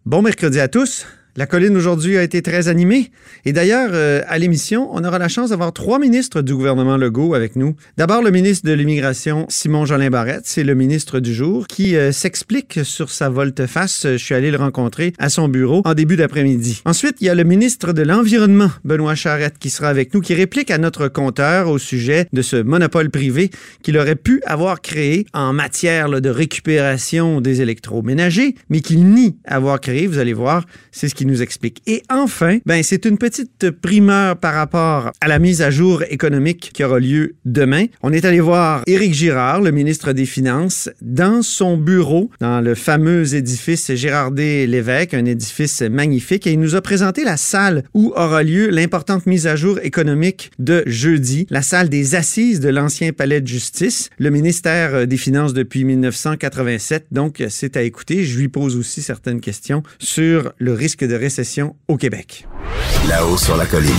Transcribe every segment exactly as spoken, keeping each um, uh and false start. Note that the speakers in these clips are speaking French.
Bon mercredi à tous. La colline aujourd'hui a été très animée. Et d'ailleurs, euh, à l'émission, on aura la chance d'avoir trois ministres du gouvernement Legault avec nous. D'abord, le ministre de l'Immigration, Simon-Jolin Barrette, c'est le ministre du jour, qui euh, s'explique sur sa volte-face. Je suis allé le rencontrer à son bureau en début d'après-midi. Ensuite, il y a le ministre de l'Environnement, Benoît Charette, qui sera avec nous, qui réplique à notre compteur au sujet de ce monopole privé qu'il aurait pu avoir créé en matière là, de récupération des électroménagers, mais qu'il nie avoir créé. Vous allez voir, c'est ce qui nous explique. Et enfin, ben, c'est une petite primeur par rapport à la mise à jour économique qui aura lieu demain. On est allé voir Éric Girard, le ministre des Finances, dans son bureau, dans le fameux édifice Gérardmer-Lévesque, un édifice magnifique, et il nous a présenté la salle où aura lieu l'importante mise à jour économique de jeudi, la salle des assises de l'ancien palais de justice, le ministère des Finances depuis dix-neuf cent quatre-vingt-sept, donc c'est à écouter. Je lui pose aussi certaines questions sur le risque de récession au Québec. Là-haut sur la colline.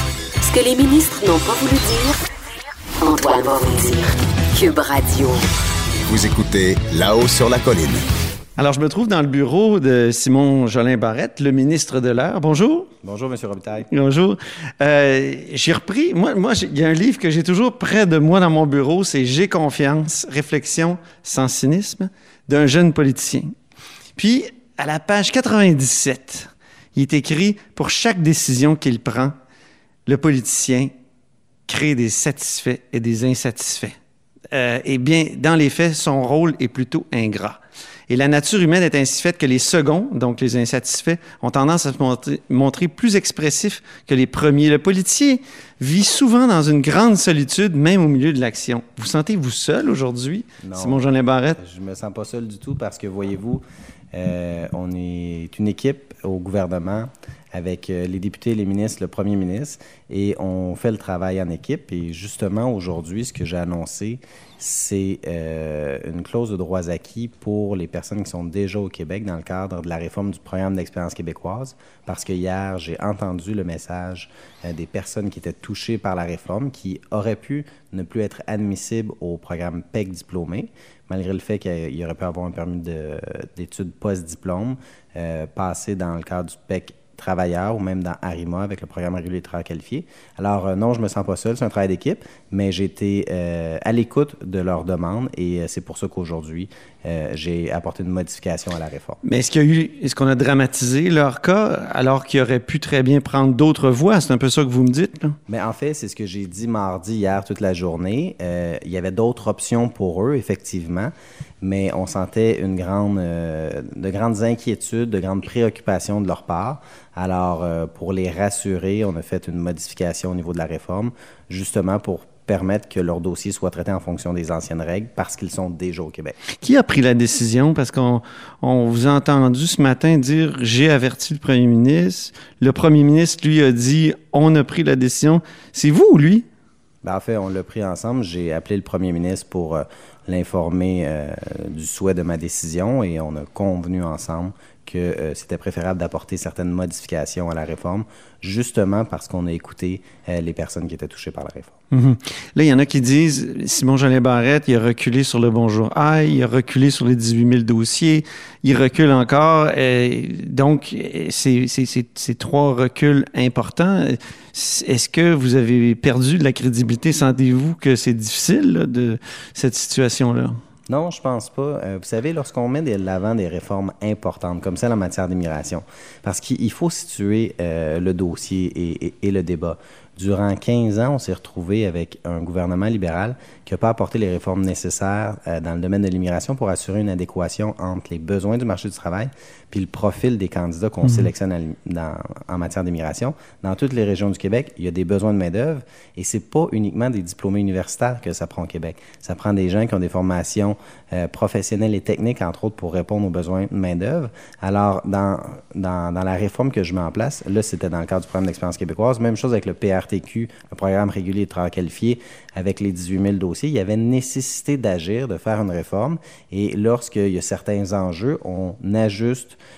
Ce que les ministres n'ont pas voulu dire, Antoine va vous dire. Cube Radio. Vous écoutez Là-haut sur la colline. Alors, je me trouve dans le bureau de Simon-Jolin Barrette, le ministre de l'Air. Bonjour. Bonjour, M. Robitaille. Bonjour. Euh, j'ai repris... Moi, moi il y a un livre que j'ai toujours près de moi dans mon bureau, c'est « J'ai confiance, réflexion sans cynisme » d'un jeune politicien. Puis, à la page quatre-vingt-dix-sept, il est écrit « Pour chaque décision qu'il prend, le politicien crée des satisfaits et des insatisfaits. Euh, » Eh bien, dans les faits, son rôle est plutôt ingrat. Et la nature humaine est ainsi faite que les seconds, donc les insatisfaits, ont tendance à se montrer, montrer plus expressifs que les premiers. Le politicien vit souvent dans une grande solitude, même au milieu de l'action. Vous sentez-vous seul aujourd'hui, Simon-Jolin Barrette? Je me sens pas seul du tout parce que, voyez-vous, euh, on est une équipe au gouvernement avec euh, les députés, les ministres, le premier ministre, et on fait le travail en équipe. Et justement, aujourd'hui, ce que j'ai annoncé, c'est euh, une clause de droits acquis pour les personnes qui sont déjà au Québec dans le cadre de la réforme du programme d'expérience québécoise, parce que hier, j'ai entendu le message euh, des personnes qui étaient touchées par la réforme, qui auraient pu ne plus être admissibles au programme P E C diplômé, malgré le fait qu'il aurait pu avoir un permis de, d'études post-diplôme, euh, passé dans le cadre du P E C travailleurs ou même dans ARIMA avec le programme régulier de travail qualifié. Alors euh, non, je me sens pas seul, c'est un travail d'équipe, mais j'ai été euh, à l'écoute de leurs demandes et euh, c'est pour ça qu'aujourd'hui, euh, j'ai apporté une modification à la réforme. Mais est-ce qu'il y a eu, est-ce qu'on a dramatisé leur cas alors qu'ils auraient pu très bien prendre d'autres voies? C'est un peu ça que vous me dites, là? Mais en fait, c'est ce que j'ai dit mardi hier toute la journée. Euh, il y avait d'autres options pour eux, effectivement, mais on sentait une grande, euh, de grandes inquiétudes, de grandes préoccupations de leur part. Alors, euh, pour les rassurer, on a fait une modification au niveau de la réforme, justement pour permettre que leur dossier soit traité en fonction des anciennes règles parce qu'ils sont déjà au Québec. Qui a pris la décision? Parce qu'on on vous a entendu ce matin dire « j'ai averti le premier ministre ». Le premier ministre, lui, a dit « on a pris la décision ». C'est vous ou lui? Ben, en fait, on l'a pris ensemble. J'ai appelé le premier ministre pour euh, l'informer euh, du souhait de ma décision et on a convenu ensemble que euh, c'était préférable d'apporter certaines modifications à la réforme, justement parce qu'on a écouté euh, les personnes qui étaient touchées par la réforme. Mm-hmm. Là, il y en a qui disent, Simon-Jolin Barrette, il a reculé sur le Bonjour Aïe, il a reculé sur les dix-huit mille dossiers, il recule encore. Euh, donc, c'est, c'est, c'est, c'est trois reculs importants. Est-ce que vous avez perdu de la crédibilité? Sentez-vous que c'est difficile, là, de cette situation-là? Non, je pense pas. Euh, vous savez, lorsqu'on met de l'avant des réformes importantes, comme celle en matière d'immigration, parce qu'il faut situer euh, le dossier et, et, et le débat. Durant quinze ans, on s'est retrouvé avec un gouvernement libéral qui n'a pas apporté les réformes nécessaires euh, dans le domaine de l'immigration pour assurer une adéquation entre les besoins du marché du travail puis le profil des candidats qu'on mmh. sélectionne à, dans, en matière d'immigration. Dans toutes les régions du Québec, il y a des besoins de main-d'œuvre et c'est pas uniquement des diplômés universitaires que ça prend au Québec. Ça prend des gens qui ont des formations euh, professionnelles et techniques, entre autres, pour répondre aux besoins de main-d'œuvre. Alors, dans, dans, dans la réforme que je mets en place, là, c'était dans le cadre du programme d'expérience québécoise. Même chose avec le P R T Q, le programme régulier de travail qualifié, avec les dix-huit mille dossiers. Il y avait nécessité d'agir, de faire une réforme. Et lorsqu'il y a certains enjeux, on ajuste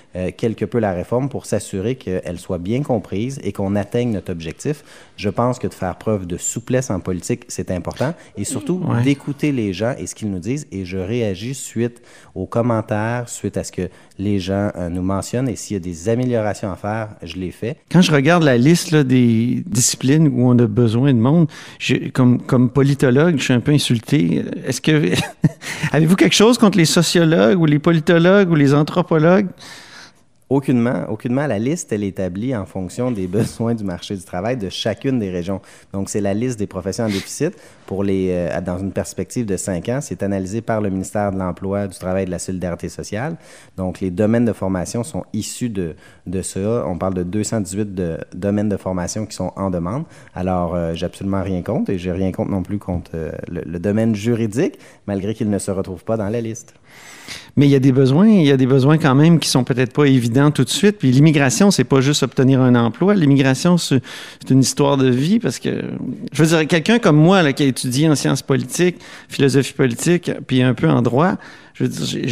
euh, quelque peu la réforme pour s'assurer qu'elle soit bien comprise et qu'on atteigne notre objectif. Je pense que de faire preuve de souplesse en politique, c'est important et surtout ouais. d'écouter les gens et ce qu'ils nous disent. Et je réagis suite aux commentaires, suite à ce que les gens euh, nous mentionnent et s'il y a des améliorations à faire, je les fais. Quand je regarde la liste là, des disciplines où on a besoin de monde, je, comme, comme politologue, je suis un peu insulté. Est-ce que avez-vous quelque chose contre les sociologues ou les politologues ou les anthropologues? Aucunement, aucunement. La liste, elle est établie en fonction des besoins du marché du travail de chacune des régions. Donc, c'est la liste des professions en déficit pour les, euh, dans une perspective de cinq ans. C'est analysé par le ministère de l'Emploi, du Travail et de la Solidarité sociale. Donc, les domaines de formation sont issus de, de ça. On parle de deux cent dix-huit de, domaines de formation qui sont en demande. Alors, euh, j'ai absolument rien contre et j'ai rien contre non plus contre euh, le, le domaine juridique, malgré qu'il ne se retrouve pas dans la liste. Mais il y a des besoins, il y a des besoins quand même qui sont peut-être pas évidents tout de suite. Puis l'immigration, c'est pas juste obtenir un emploi. L'immigration, c'est, c'est une histoire de vie parce que, je veux dire, quelqu'un comme moi là, qui a étudié en sciences politiques, philosophie politique, puis un peu en droit, je veux dire,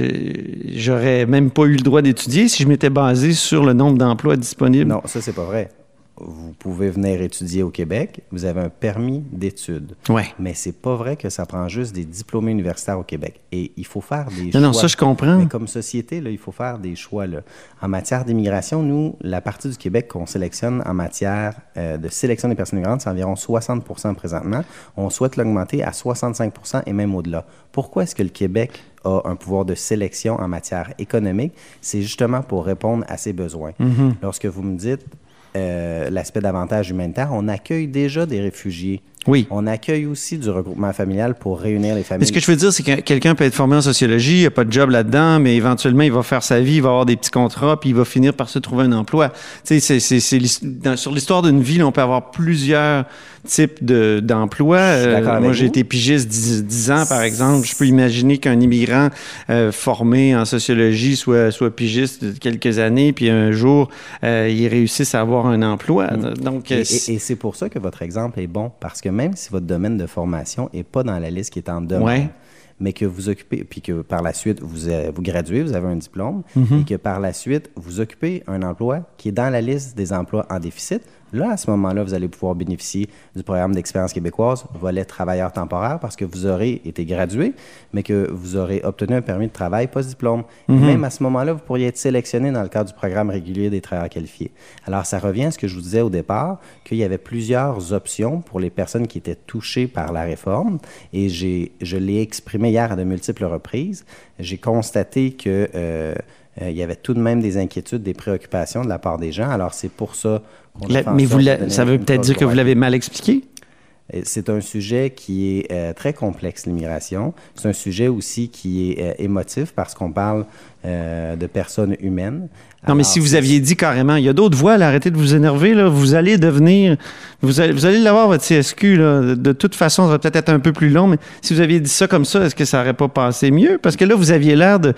je, j'aurais même pas eu le droit d'étudier si je m'étais basé sur le nombre d'emplois disponibles. Non, ça, c'est pas vrai. Vous pouvez venir étudier au Québec, vous avez un permis d'études. Ouais. Mais c'est pas vrai que ça prend juste des diplômés universitaires au Québec. Et il faut faire des non, choix. Non, ça, je comprends. Mais comme société, là, il faut faire des choix. Là. En matière d'immigration, nous, la partie du Québec qu'on sélectionne en matière euh, de sélection des personnes migrantes, c'est environ soixante pour cent présentement. On souhaite l'augmenter à soixante-cinq pour cent et même au-delà. Pourquoi est-ce que le Québec a un pouvoir de sélection en matière économique? C'est justement pour répondre à ses besoins. Mm-hmm. Lorsque vous me dites Euh, l'aspect d'avantage humanitaire, on accueille déjà des réfugiés. Oui. On accueille aussi du regroupement familial pour réunir les familles. Mais ce que je veux dire, c'est que quelqu'un peut être formé en sociologie, il n'a pas de job là-dedans, mais éventuellement, il va faire sa vie, il va avoir des petits contrats, puis il va finir par se trouver un emploi. Tu sais, c'est, c'est, c'est, dans, sur l'histoire d'une vie, là, on peut avoir plusieurs types de, d'emplois. Euh, moi, j'ai vous. été pigiste dix ans, par exemple. Je peux imaginer qu'un immigrant euh, formé en sociologie soit, soit pigiste quelques années, puis un jour, euh, il réussisse à avoir un emploi. Mmh. Donc, et, et, et c'est pour ça que votre exemple est bon, parce que même si votre domaine de formation n'est pas dans la liste qui est en demande, ouais. mais que vous occupez, puis que par la suite, vous, euh, vous graduez, vous avez un diplôme, mm-hmm. et que par la suite, vous occupez un emploi qui est dans la liste des emplois en déficit, là, à ce moment-là, vous allez pouvoir bénéficier du programme d'expérience québécoise, volet travailleur temporaire, parce que vous aurez été gradué, mais que vous aurez obtenu un permis de travail post-diplôme. Mm-hmm. Et même à ce moment-là, vous pourriez être sélectionné dans le cadre du programme régulier des travailleurs qualifiés. Alors, ça revient à ce que je vous disais au départ, qu'il y avait plusieurs options pour les personnes qui étaient touchées par la réforme, et j'ai, je l'ai exprimé hier à de multiples reprises. J'ai constaté que euh, euh, il y avait tout de même des inquiétudes, des préoccupations de la part des gens. Alors, c'est pour ça qu'on la, Mais vous la, ça veut peut-être dire que vous l'avez mal expliqué? C'est un sujet qui est euh, très complexe, l'immigration. C'est un sujet aussi qui est euh, émotif parce qu'on parle euh, de personnes humaines. Non, Alors, mais si vous aviez dit carrément, il y a d'autres voies, là, arrêtez de vous énerver, là, vous allez devenir, vous allez, vous allez l'avoir, votre C S Q, là, de, de toute façon, ça va peut-être être un peu plus long, mais si vous aviez dit ça comme ça, est-ce que ça n'aurait pas passé mieux? Parce que là, vous aviez l'air de,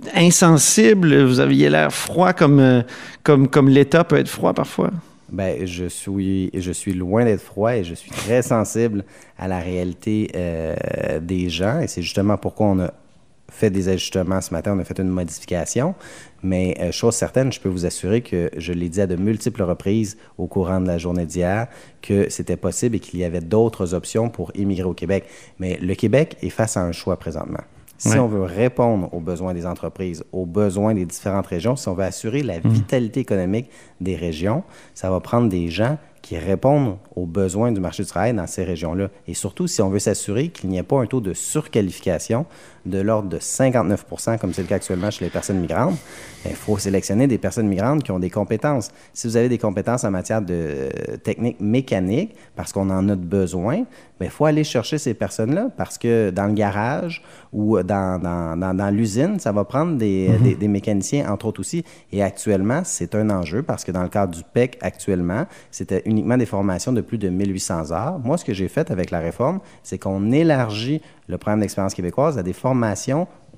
insensible, vous aviez l'air froid comme, euh, comme, comme l'État peut être froid parfois. Bien, je suis, je suis loin d'être froid et je suis très sensible à la réalité euh, des gens. Et c'est justement pourquoi on a fait des ajustements ce matin, on a fait une modification. Mais euh, chose certaine, je peux vous assurer que je l'ai dit à de multiples reprises au courant de la journée d'hier, que c'était possible et qu'il y avait d'autres options pour immigrer au Québec. Mais le Québec est face à un choix présentement. Si ouais. on veut répondre aux besoins des entreprises, aux besoins des différentes régions, si on veut assurer la vitalité économique des régions, ça va prendre des gens qui répondent aux besoins du marché du travail dans ces régions-là. Et surtout, si on veut s'assurer qu'il n'y ait pas un taux de surqualification de l'ordre de cinquante-neuf pour cent, comme c'est le cas actuellement chez les personnes migrantes, il faut sélectionner des personnes migrantes qui ont des compétences. Si vous avez des compétences en matière de technique mécanique, parce qu'on en a besoin, il faut aller chercher ces personnes-là, parce que dans le garage ou dans, dans, dans, dans l'usine, ça va prendre des, mm-hmm. des, des mécaniciens, entre autres aussi. Et actuellement, c'est un enjeu, parce que dans le cadre du P E C, actuellement, c'était uniquement des formations de plus de mille huit cents heures. Moi, ce que j'ai fait avec la réforme, c'est qu'on élargit le programme d'expérience québécoise à des formations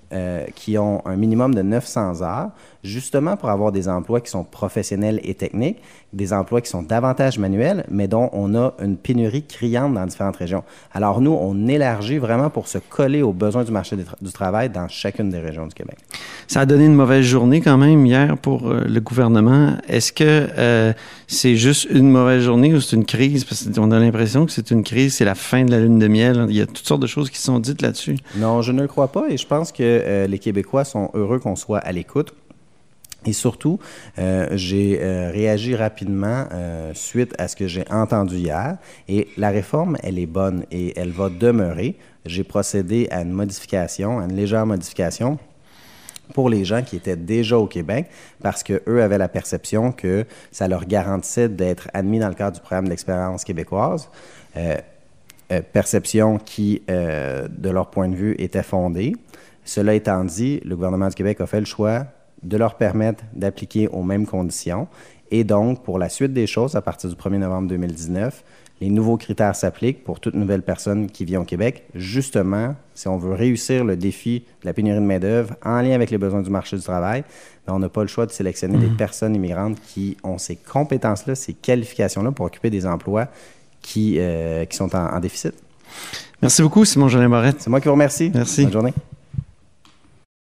euh, qui ont un minimum de neuf cents heures, justement pour avoir des emplois qui sont professionnels et techniques, des emplois qui sont davantage manuels, mais dont on a une pénurie criante dans différentes régions. Alors nous, on élargit vraiment pour se coller aux besoins du marché du travail dans chacune des régions du Québec. Ça a donné une mauvaise journée quand même hier pour euh, le gouvernement. Est-ce que euh, c'est juste une mauvaise journée ou c'est une crise? Parce qu'on a l'impression que c'est une crise, c'est la fin de la lune de miel. Il y a toutes sortes de choses qui sont dites là-dessus. Non, je ne le crois pas et je pense que euh, les Québécois sont heureux qu'on soit à l'écoute. Et surtout, euh, j'ai euh, réagi rapidement euh, suite à ce que j'ai entendu hier. Et la réforme, elle est bonne et elle va demeurer. J'ai procédé à une modification, à une légère modification pour les gens qui étaient déjà au Québec parce qu'eux avaient la perception que ça leur garantissait d'être admis dans le cadre du programme d'expérience québécoise. Euh, euh, perception qui, euh, de leur point de vue, était fondée. Cela étant dit, le gouvernement du Québec a fait le choix de leur permettre d'appliquer aux mêmes conditions. Et donc, pour la suite des choses, à partir du premier novembre deux mille dix-neuf, les nouveaux critères s'appliquent pour toute nouvelle personne qui vit au Québec. Justement, si on veut réussir le défi de la pénurie de main-d'œuvre en lien avec les besoins du marché du travail, bien, on n'a pas le choix de sélectionner mmh. des personnes immigrantes qui ont ces compétences-là, ces qualifications-là pour occuper des emplois qui, euh, qui sont en, en déficit. Merci beaucoup, Simon-Jolin Barrette. C'est moi qui vous remercie. Merci. Bonne journée.